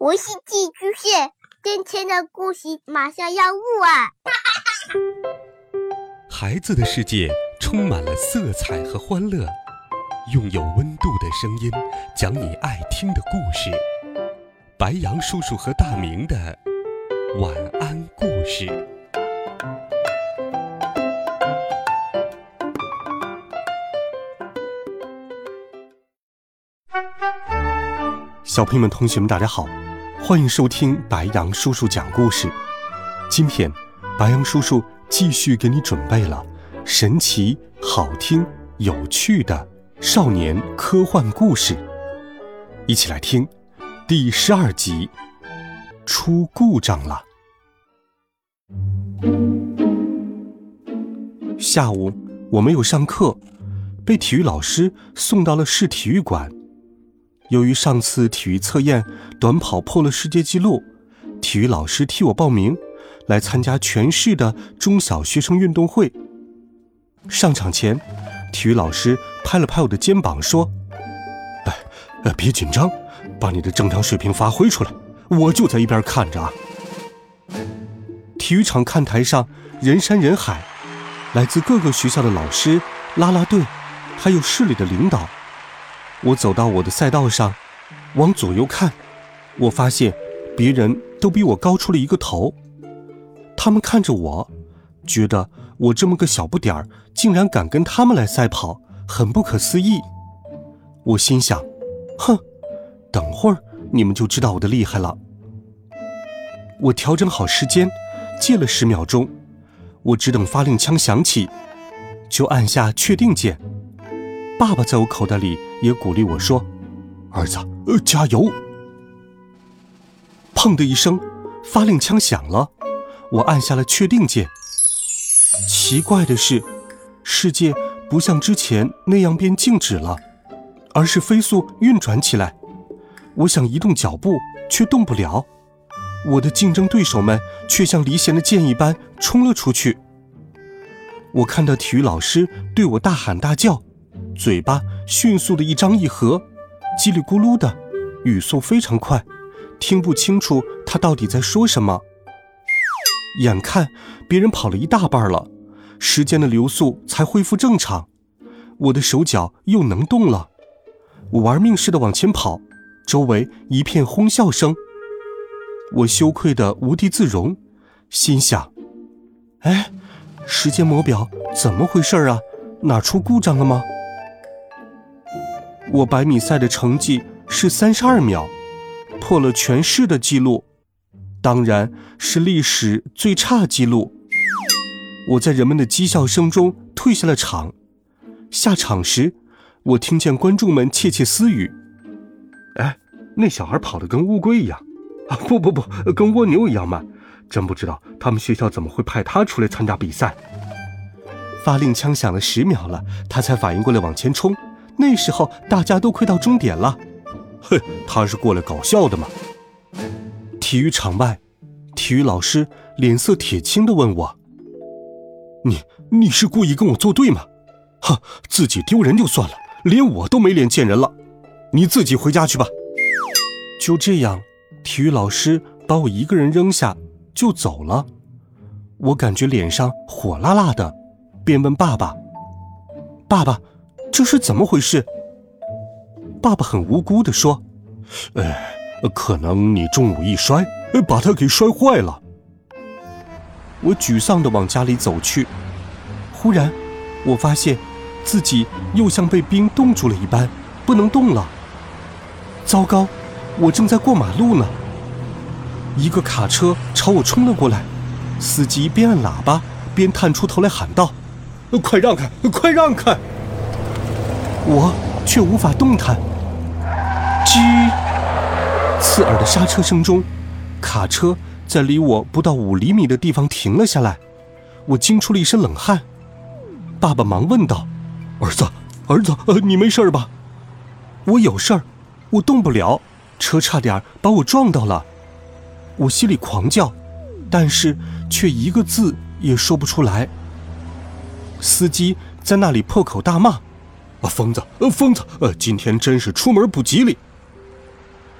我是寄居蟹，今天的故事马上要录啊！ 孩子的世界充满了色彩和欢乐，用有温度的声音讲你爱听的故事。白羊叔叔和大明的晚安故事。小朋友们、同学们，大家好，欢迎收听白羊叔叔讲故事。今天，白羊叔叔继续给你准备了神奇、好听、有趣的少年科幻故事，一起来听第12集，出故障了。下午我没有上课，被体育老师送到了市体育馆。由于上次体育测验短跑破了世界纪录，体育老师替我报名来参加全市的中小学生运动会。上场前，体育老师拍了拍我的肩膀说：别紧张，把你的正常水平发挥出来，我就在一边看着啊。体育场看台上人山人海，来自各个学校的老师、啦啦队，还有市里的领导。我走到我的赛道上，往左右看，我发现别人都比我高出了一个头。他们看着我，觉得我这么个小不点儿竟然敢跟他们来赛跑，很不可思议。我心想，等会儿你们就知道我的厉害了。我调整好时间，借了10秒钟，我只等发令枪响起，就按下确定键。爸爸在我口袋里也鼓励我说：儿子，加油！砰的一声，发令枪响了，我按下了确定键。奇怪的是，世界不像之前那样变静止了，而是飞速运转起来。我想移动脚步，却动不了。我的竞争对手们却像离弦的箭一般冲了出去。我看到体育老师对我大喊大叫，嘴巴迅速的一张一合，叽里咕噜的，语速非常快，听不清楚他到底在说什么。眼看别人跑了一大半了，时间的流速才恢复正常，我的手脚又能动了。我玩命似的往前跑，周围一片哄笑声。我羞愧的无地自容，心想：时间魔表怎么回事啊？哪出故障了吗？我100米赛的成绩是32秒，破了全市的记录，当然是历史最差记录。我在人们的讥笑声中退下了场。下场时，我听见观众们窃窃私语：那小孩跑得跟乌龟一样，不，跟蜗牛一样慢，真不知道他们学校怎么会派他出来参加比赛。发令枪响了10秒了，他才反应过来往前冲，那时候大家都快到终点了。他是过来搞笑的吗？体育场外，体育老师脸色铁青地问我：你是故意跟我作对吗？自己丢人就算了，连我都没脸见人了，你自己回家去吧。就这样，体育老师把我一个人扔下就走了。我感觉脸上火辣辣的，便问爸爸：爸爸，这是怎么回事？爸爸很无辜地说：可能你中午一摔，把它给摔坏了。我沮丧地往家里走去，忽然我发现自己又像被冰冻住了一般，不能动了。糟糕，我正在过马路呢。一个卡车朝我冲了过来，司机边按喇叭边探出头来喊道：快让开，快让开！我却无法动弹。吱！刺耳的刹车声中，卡车在离我不到5厘米的地方停了下来。我惊出了一身冷汗。爸爸忙问道：儿子，你没事吧？我有事儿，我动不了，车差点把我撞到了。我心里狂叫，但是却一个字也说不出来。司机在那里破口大骂：疯子，今天真是出门不吉利。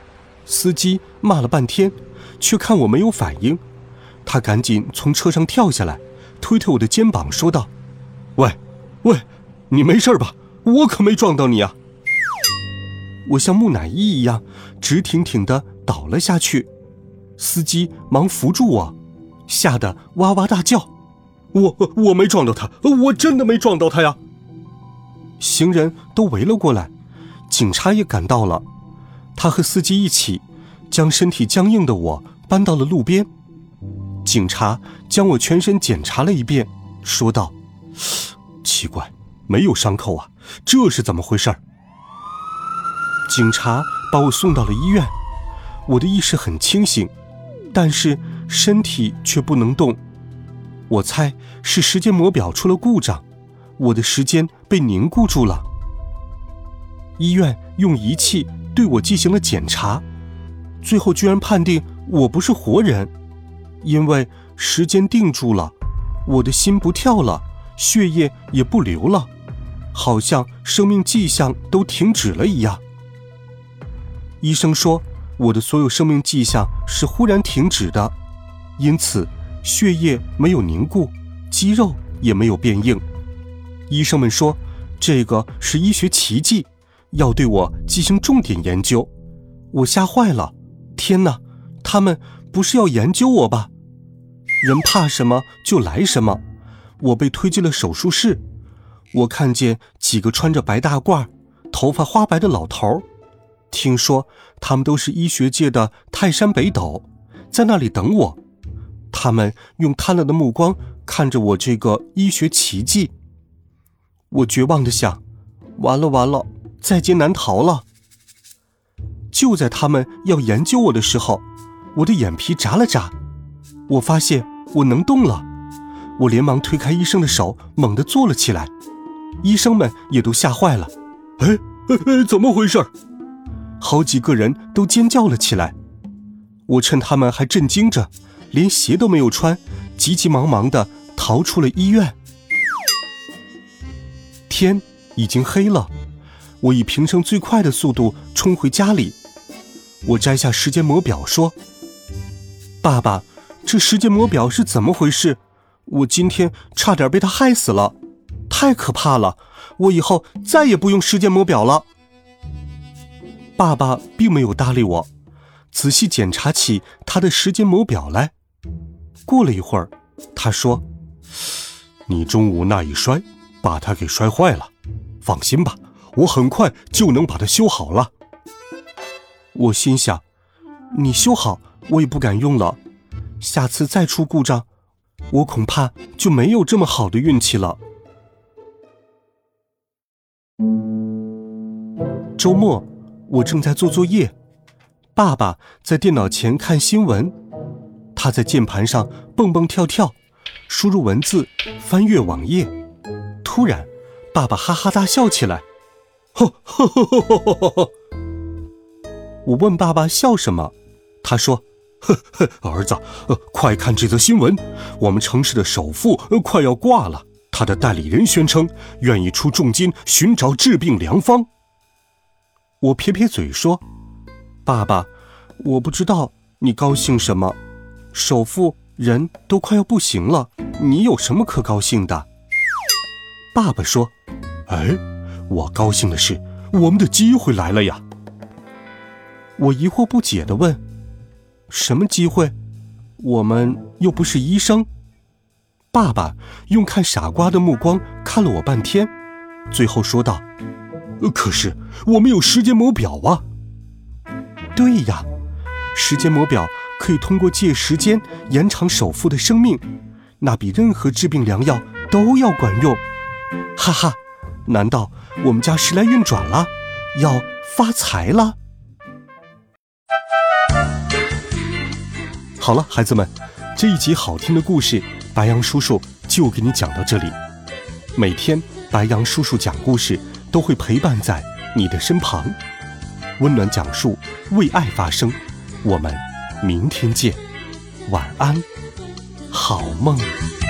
司机骂了半天，却看我没有反应，他赶紧从车上跳下来，推推我的肩膀说道：喂，你没事吧？我可没撞到你啊。我像木乃伊一样直挺挺地倒了下去，司机忙扶住我，吓得哇哇大叫：我没撞到他，我真的没撞到他呀。行人都围了过来，警察也赶到了，他和司机一起将身体僵硬的我搬到了路边。警察将我全身检查了一遍，说道：奇怪，没有伤口啊，这是怎么回事？警察把我送到了医院，我的意识很清醒，但是身体却不能动。我猜是时间魔表出了故障，我的时间被凝固住了。医院用仪器对我进行了检查，最后居然判定我不是活人，因为时间定住了，我的心不跳了，血液也不流了，好像生命迹象都停止了一样。医生说我的所有生命迹象是忽然停止的，因此血液没有凝固，肌肉也没有变硬。医生们说这个是医学奇迹，要对我进行重点研究。我吓坏了，天哪，他们不是要研究我吧？人怕什么就来什么。我被推进了手术室，我看见几个穿着白大褂、头发花白的老头，听说他们都是医学界的泰山北斗，在那里等我。他们用贪婪的目光看着我这个医学奇迹。我绝望地想，完了，在劫难逃了。就在他们要研究我的时候，我的眼皮眨了眨，我发现我能动了。我连忙推开医生的手，猛地坐了起来。医生们也都吓坏了，怎么回事？好几个人都尖叫了起来。我趁他们还震惊着，连鞋都没有穿，急急忙忙地逃出了医院。天已经黑了，我以平生最快的速度冲回家里。我摘下时间魔表说：爸爸，这时间魔表是怎么回事？我今天差点被他害死了，太可怕了，我以后再也不用时间魔表了。爸爸并没有搭理我，仔细检查起他的时间魔表来。过了一会儿，他说：你中午那一摔，把它给摔坏了，放心吧，我很快就能把它修好了。我心想，你修好我也不敢用了，下次再出故障，我恐怕就没有这么好的运气了。周末我正在做作业，爸爸在电脑前看新闻，他在键盘上蹦蹦跳跳，输入文字，翻阅网页。突然爸爸哈哈大笑起来，我问爸爸笑什么，他说：儿子，快看这则新闻，我们城市的首富快要挂了，他的代理人宣称愿意出重金寻找治病良方。我撇撇嘴说：爸爸，我不知道你高兴什么，首富人都快要不行了，你有什么可高兴的？爸爸说：我高兴的是我们的机会来了呀。我疑惑不解地问：什么机会？我们又不是医生。爸爸用看傻瓜的目光看了我半天，最后说道：可是我们有时间魔表啊。对呀，时间魔表可以通过借时间延长首富的生命，那比任何治病良药都要管用。哈哈，难道我们家时来运转了，要发财了？好了，孩子们，这一集好听的故事，白羊叔叔就给你讲到这里。每天白羊叔叔讲故事都会陪伴在你的身旁，温暖讲述，为爱发声。我们明天见，晚安，好梦。